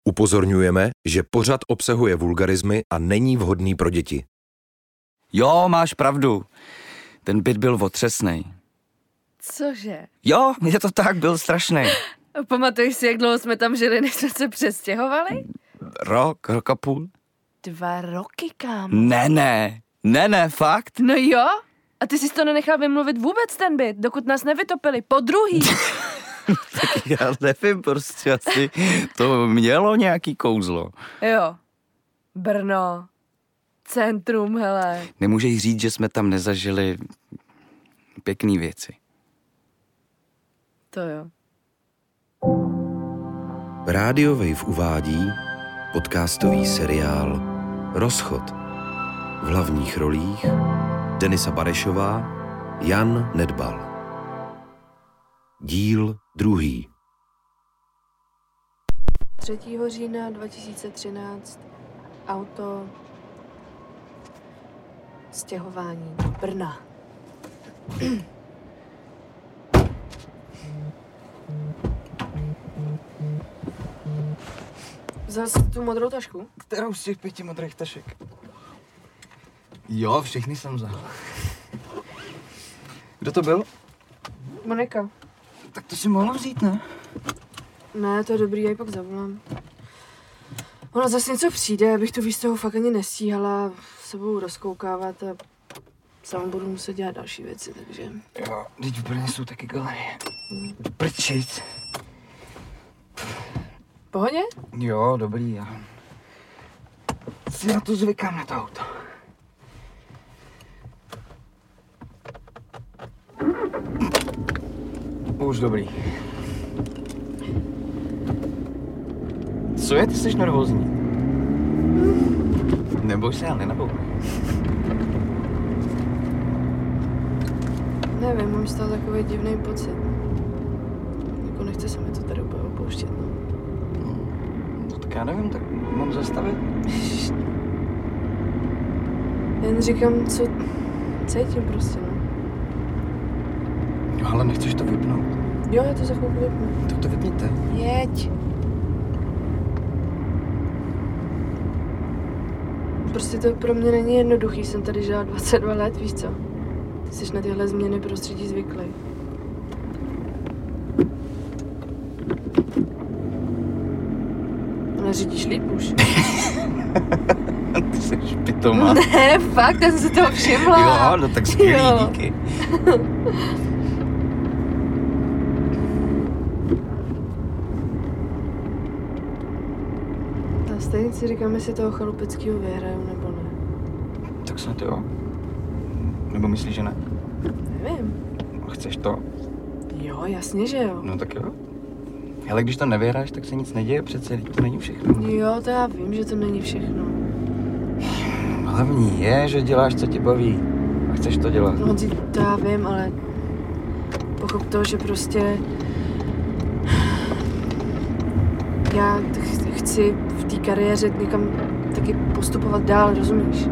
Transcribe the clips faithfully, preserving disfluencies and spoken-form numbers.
Upozorňujeme, že pořad obsahuje vulgarismy a není vhodný pro děti. Jo, máš pravdu. Ten byt byl otřesnej. Cože? Jo, je to tak, byl strašnej. Pamatuješ si, jak dlouho jsme tam žili, než jsme se přestěhovali? Rok, rok a půl. Dva roky, kámo. Ne, ne, ne, ne, fakt. No jo, a ty jsi to nenechal vymluvit vůbec ten byt, dokud nás nevytopili, po druhý. Tak já nevím, prostě asi to mělo nějaký kouzlo. Jo, Brno, centrum, hele. Nemůžeš říct, že jsme tam nezažili pěkný věci. To jo. Rádio Wave uvádí podcastový seriál Rozchod. V hlavních rolích Denisa Barešová, Jan Nedbal. Díl druhý. třetího října dva tisíce třináct, auto, stěhování do Brna. Vzal jsi tu modrou tašku? Kterou z těch pěti modrých tašek? Jo, všechny jsem vzal. Kdo to byl? Monika. Tak to si mohla vzít, ne? Ne, to je dobrý, já ji pak zavolám. Ona zase něco přijde, abych tu výstavu fakt ani nestíhala se budou rozkoukávat a sama budu muset dělat další věci, takže... Jo, teď v Brně jsou taky galerie. Prčic. Pohodě? Jo, dobrý, já si na to zvykám, na to auto. Už dobrý. Co je, ty jsi nervózní? Neboj se, ale nenabouchej. Nevím, mám z toho takový divný pocit. Jako nechce se mi to tady úplně opouštět, no. No tak já nevím, tak mám zastavit? Jen říkám, co cítím prostě, no. Jo, ale nechceš to vypnout. Jo, já to za chvilku vypnu. Tak to vypněte. Jeď. Prostě to pro mě není jednoduchý, jsem tady žila dvacet dva let, víš co? Ty jsi na tyhle změny prostředí zvyklý. Ale řídíš líp už. Ty jsi špitomá. Ne, fakt, já jsem si toho všimla. Jo, no tak skvělý, Jo. díky. A stejně si říkám, jestli toho chalupeckýho vyhraju, nebo ne. Tak snad jo. Nebo myslíš, že ne? Nevím. Chceš to? Jo, jasně, že jo. No tak jo. Ale když to nevyhráš, tak se nic neděje, přece to není všechno. Jo, to já vím, že to není všechno. Hlavní je, že děláš, co tě baví. A chceš to dělat. No, Honzi, to já vím, ale pochop to, že prostě já ch- chci v té kariéře někam taky postupovat dál, rozumíš?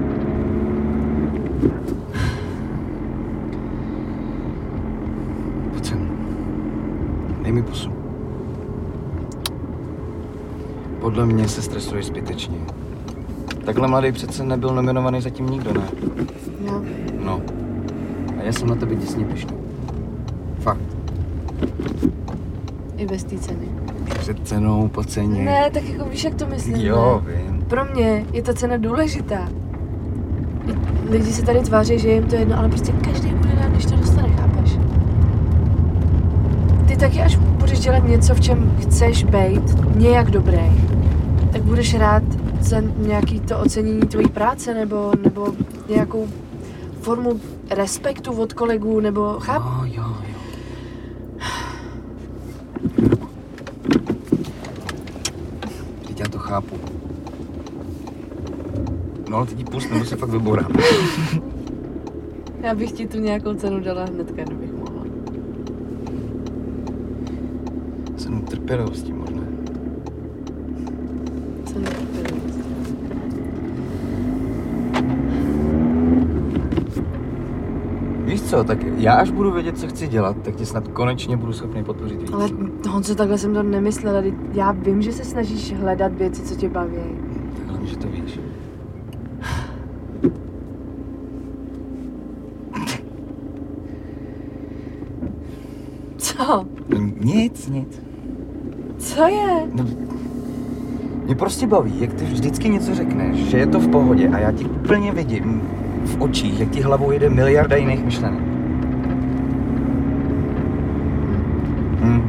Pojď sem. Dej mi pusu. Podle mě se stresuješ zbytečně. Takhle mladý přece nebyl nominovaný zatím nikdo, ne? Já No. A já jsem na tebe děsně pyšný. Fakt. i bez té ceny. Před cenou, po ceně. Ne, tak jako víš, jak to myslím, Jo, ne? vím. Pro mě je ta cena důležitá. Lidi se tady tváří, že je jim to jedno, ale prostě každý bude rád, když to dostane, chápeš? Ty taky, až budeš dělat něco, v čem chceš být nějak dobrý, tak budeš rád za nějaký to ocenění tvojí práce, nebo, nebo nějakou formu respektu od kolegů, nebo cháp? Jo, jo, jo. Teď já to chápu. No ale teď jí pust, nebo se fakt vyborám. Já bych ti tu nějakou cenu dala hnedka, kdybych mohla. Cenu trpělivosti možná. Cenu trpělivosti. Víš co, tak já až budu vědět, co chci dělat, tak tě snad konečně budu schopný podpořit víc. Ale Honzo, takhle jsem to nemyslela. Já vím, že se snažíš hledat věci, co tě baví. Tak hlavně, že to víš. Co? No, nic, nic. Co je? No, mě prostě baví, jak ty vždycky něco řekneš, že je to v pohodě a já ti úplně vidím v očích, jak ti hlavou jede miliarda jiných myšlenek. Hm.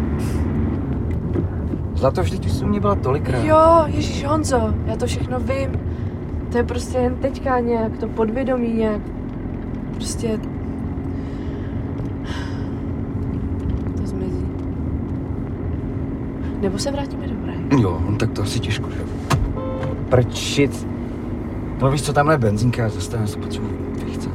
Zlato, vždyť už jsi u mě byla tolikrát. Jo, Ježíš Honzo, já to všechno vím. To je prostě jen teďka nějak, to podvědomí nějak. Prostě... To zmizí. Nebo se vrátíme do Prahy. Jo, no tak to asi těžko, že? Prčit. No víš co, tamhle je benzínka, já zastavím, se potřebuji vychcat.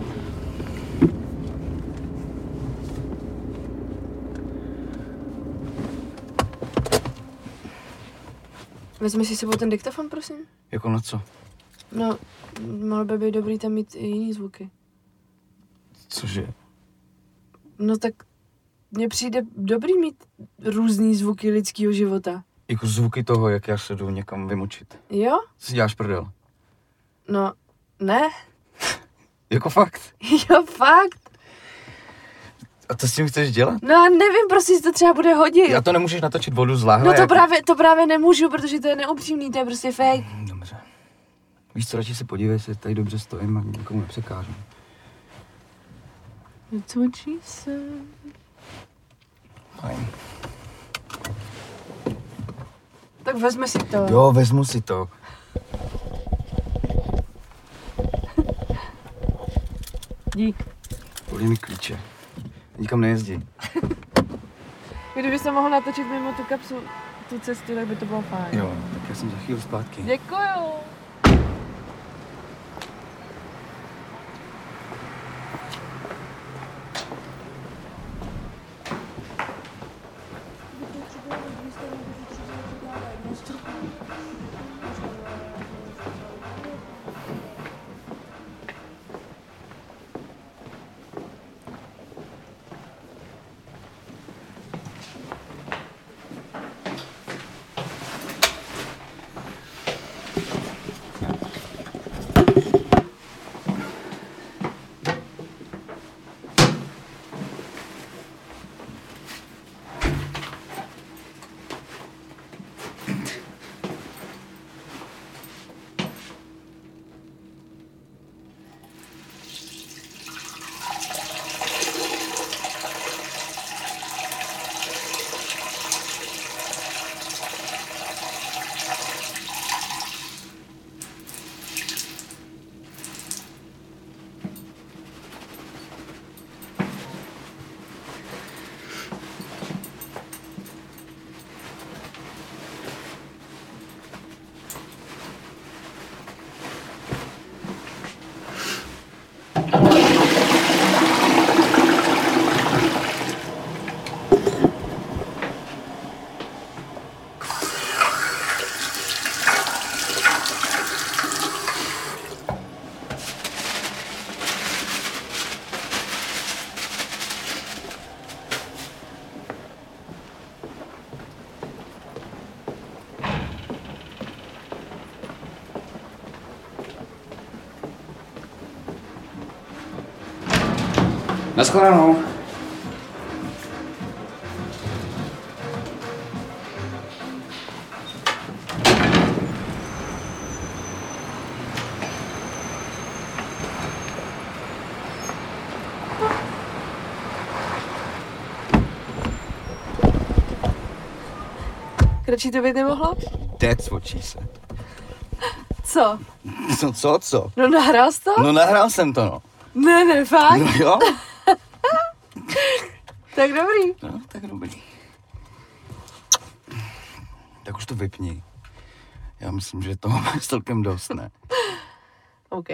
Vezmi si sebou ten diktafon, prosím. Jako na co? No, mohlo by být dobrý tam mít i jiný zvuky. Cože? No tak mně přijde dobrý mít různý zvuky lidského života. Jako zvuky toho, jak já se jdu někam vymočit. Jo? Co si děláš prdel? No, ne. Jako fakt? Jo, fakt. A to s tím chceš dělat? No a nevím, prostě si to třeba bude hodit. Já to nemůžeš natočit vodu z láhve. No to jak... právě, to právě nemůžu, protože to je neupřímný, to je prostě fake. Dobře. Víš co, radši se podívej, jestli tady dobře stojím a nikomu nepřekážu. That's what she said. Fajn. Tak vezme si to. Jo, vezmu si to. Dík. Podej mi klíče. Nikam nejezdí. Kdyby se mohl natočit mimo tu kapsu, tu cestu, tak by to bylo fajn. Jo, tak já jsem za chvíli zpátky. Děkuju. Naschledanou. Kratší to být nemohlo? That's what she said. Co? Co, co, co? No nahrál jsi to? No nahrál jsem to, no. Ne, ne, fakt? No jo. Tak dobrý. No, tak dobrý. Tak už to vypni. Já myslím, že toho máš celkem dost, ne? OK.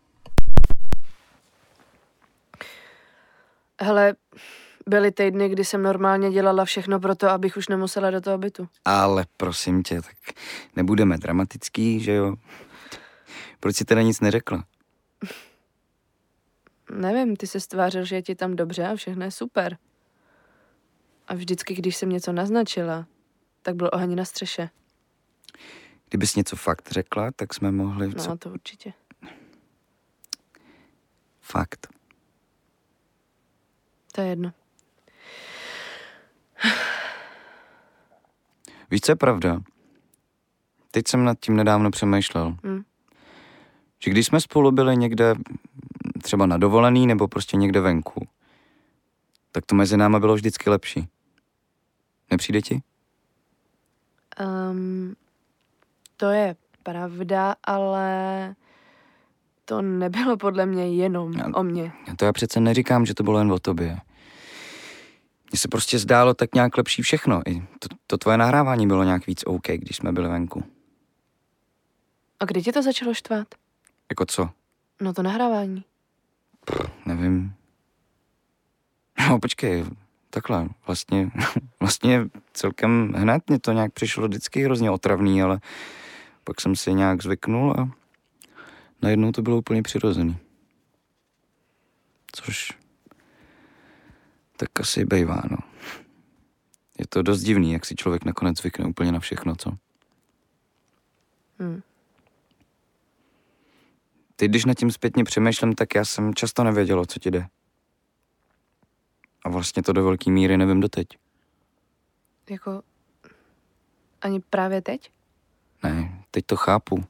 Hele, byly týdny, kdy jsem normálně dělala všechno pro to, abych už nemusela do toho bytu. Ale prosím tě, tak nebudeme dramatický, že jo? Proč si teda nic neřekla? nevím, ty se stvářil, že je ti tam dobře a všechno je super. A vždycky, když jsem něco naznačila, tak byl oheň na střeše. Kdybys něco fakt řekla, tak jsme mohli... No, Co? to určitě. Fakt. To je jedno. Víš, co je pravda? Teď jsem nad tím nedávno přemýšlel. Hmm. Že když jsme spolu byli někde třeba na dovolený nebo prostě někde venku, tak to mezi náma bylo vždycky lepší. Nepřijde ti? Um, to je pravda, ale to nebylo podle mě jenom Já- o mně. To já přece neříkám, že to bylo jen o tobě. Mně se prostě zdálo tak nějak lepší všechno. I to, to tvoje nahrávání bylo nějak víc OK, když jsme byli venku. A kdy tě to začalo štvát? Jako co? No to nahrávání. Nevím. No počkej, takhle, vlastně, vlastně celkem hned mě to nějak přišlo vždycky hrozně otravný, ale pak jsem si nějak zvyknul a najednou to bylo úplně přirozený. Což tak asi bejvá, no. Je to dost divný, jak si člověk nakonec zvykne úplně na všechno, co? Hmm. Teď, když nad tím zpětně přemýšlím, tak já jsem často nevěděl, o co ti jde. A vlastně to do velké míry nevím doteď. Jako ani právě teď? Ne, teď to chápu.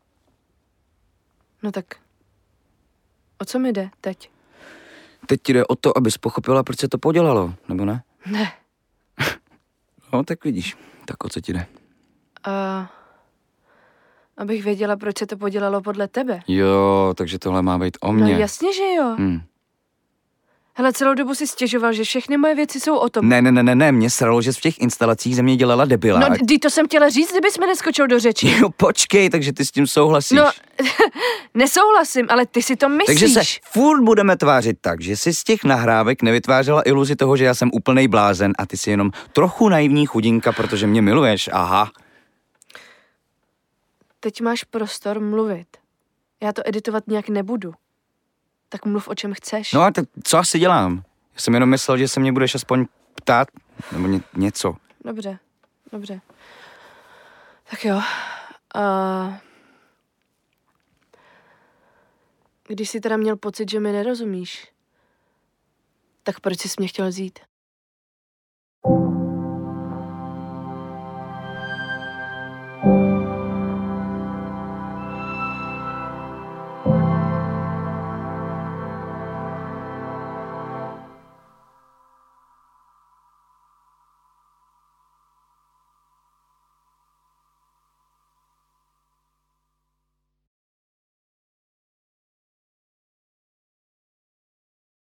No tak o co mi jde teď? Teď ti jde o to, abys pochopila, proč se to podělalo, nebo ne? Ne. No, tak vidíš. Tak o co ti jde? A abych věděla, proč se to podělalo podle tebe. Jo, takže tohle má být o No mně. jasně, že jo. Hm. Hele, celou dobu si stěžoval, že všechny moje věci jsou o tom. Ne, ne, ne, ne, ne, mě sralo, že z v těch instalacích ze mě dělala debila. No, ty to jsem chtěla říct, kdybys mi neskočil do řeči. Jo, počkej, takže ty s tím souhlasíš. No, nesouhlasím, ale ty si to myslíš. Takže se furt budeme tvářit tak, že jsi z těch nahrávek nevytvářela iluzi toho, že já jsem úplnej blázen a ty jsi jenom trochu naivní chudinka, protože mě miluješ, aha. Teď máš prostor mluvit. Já to editovat nějak nebudu. Tak mluv, o čem chceš. No a tak co asi dělám? Já jsem jenom myslel, že se mě budeš aspoň ptát, nebo ně, něco. Dobře, dobře. Tak jo. Uh, když jsi teda měl pocit, že mi nerozumíš, tak proč jsi mě chtěl vzít?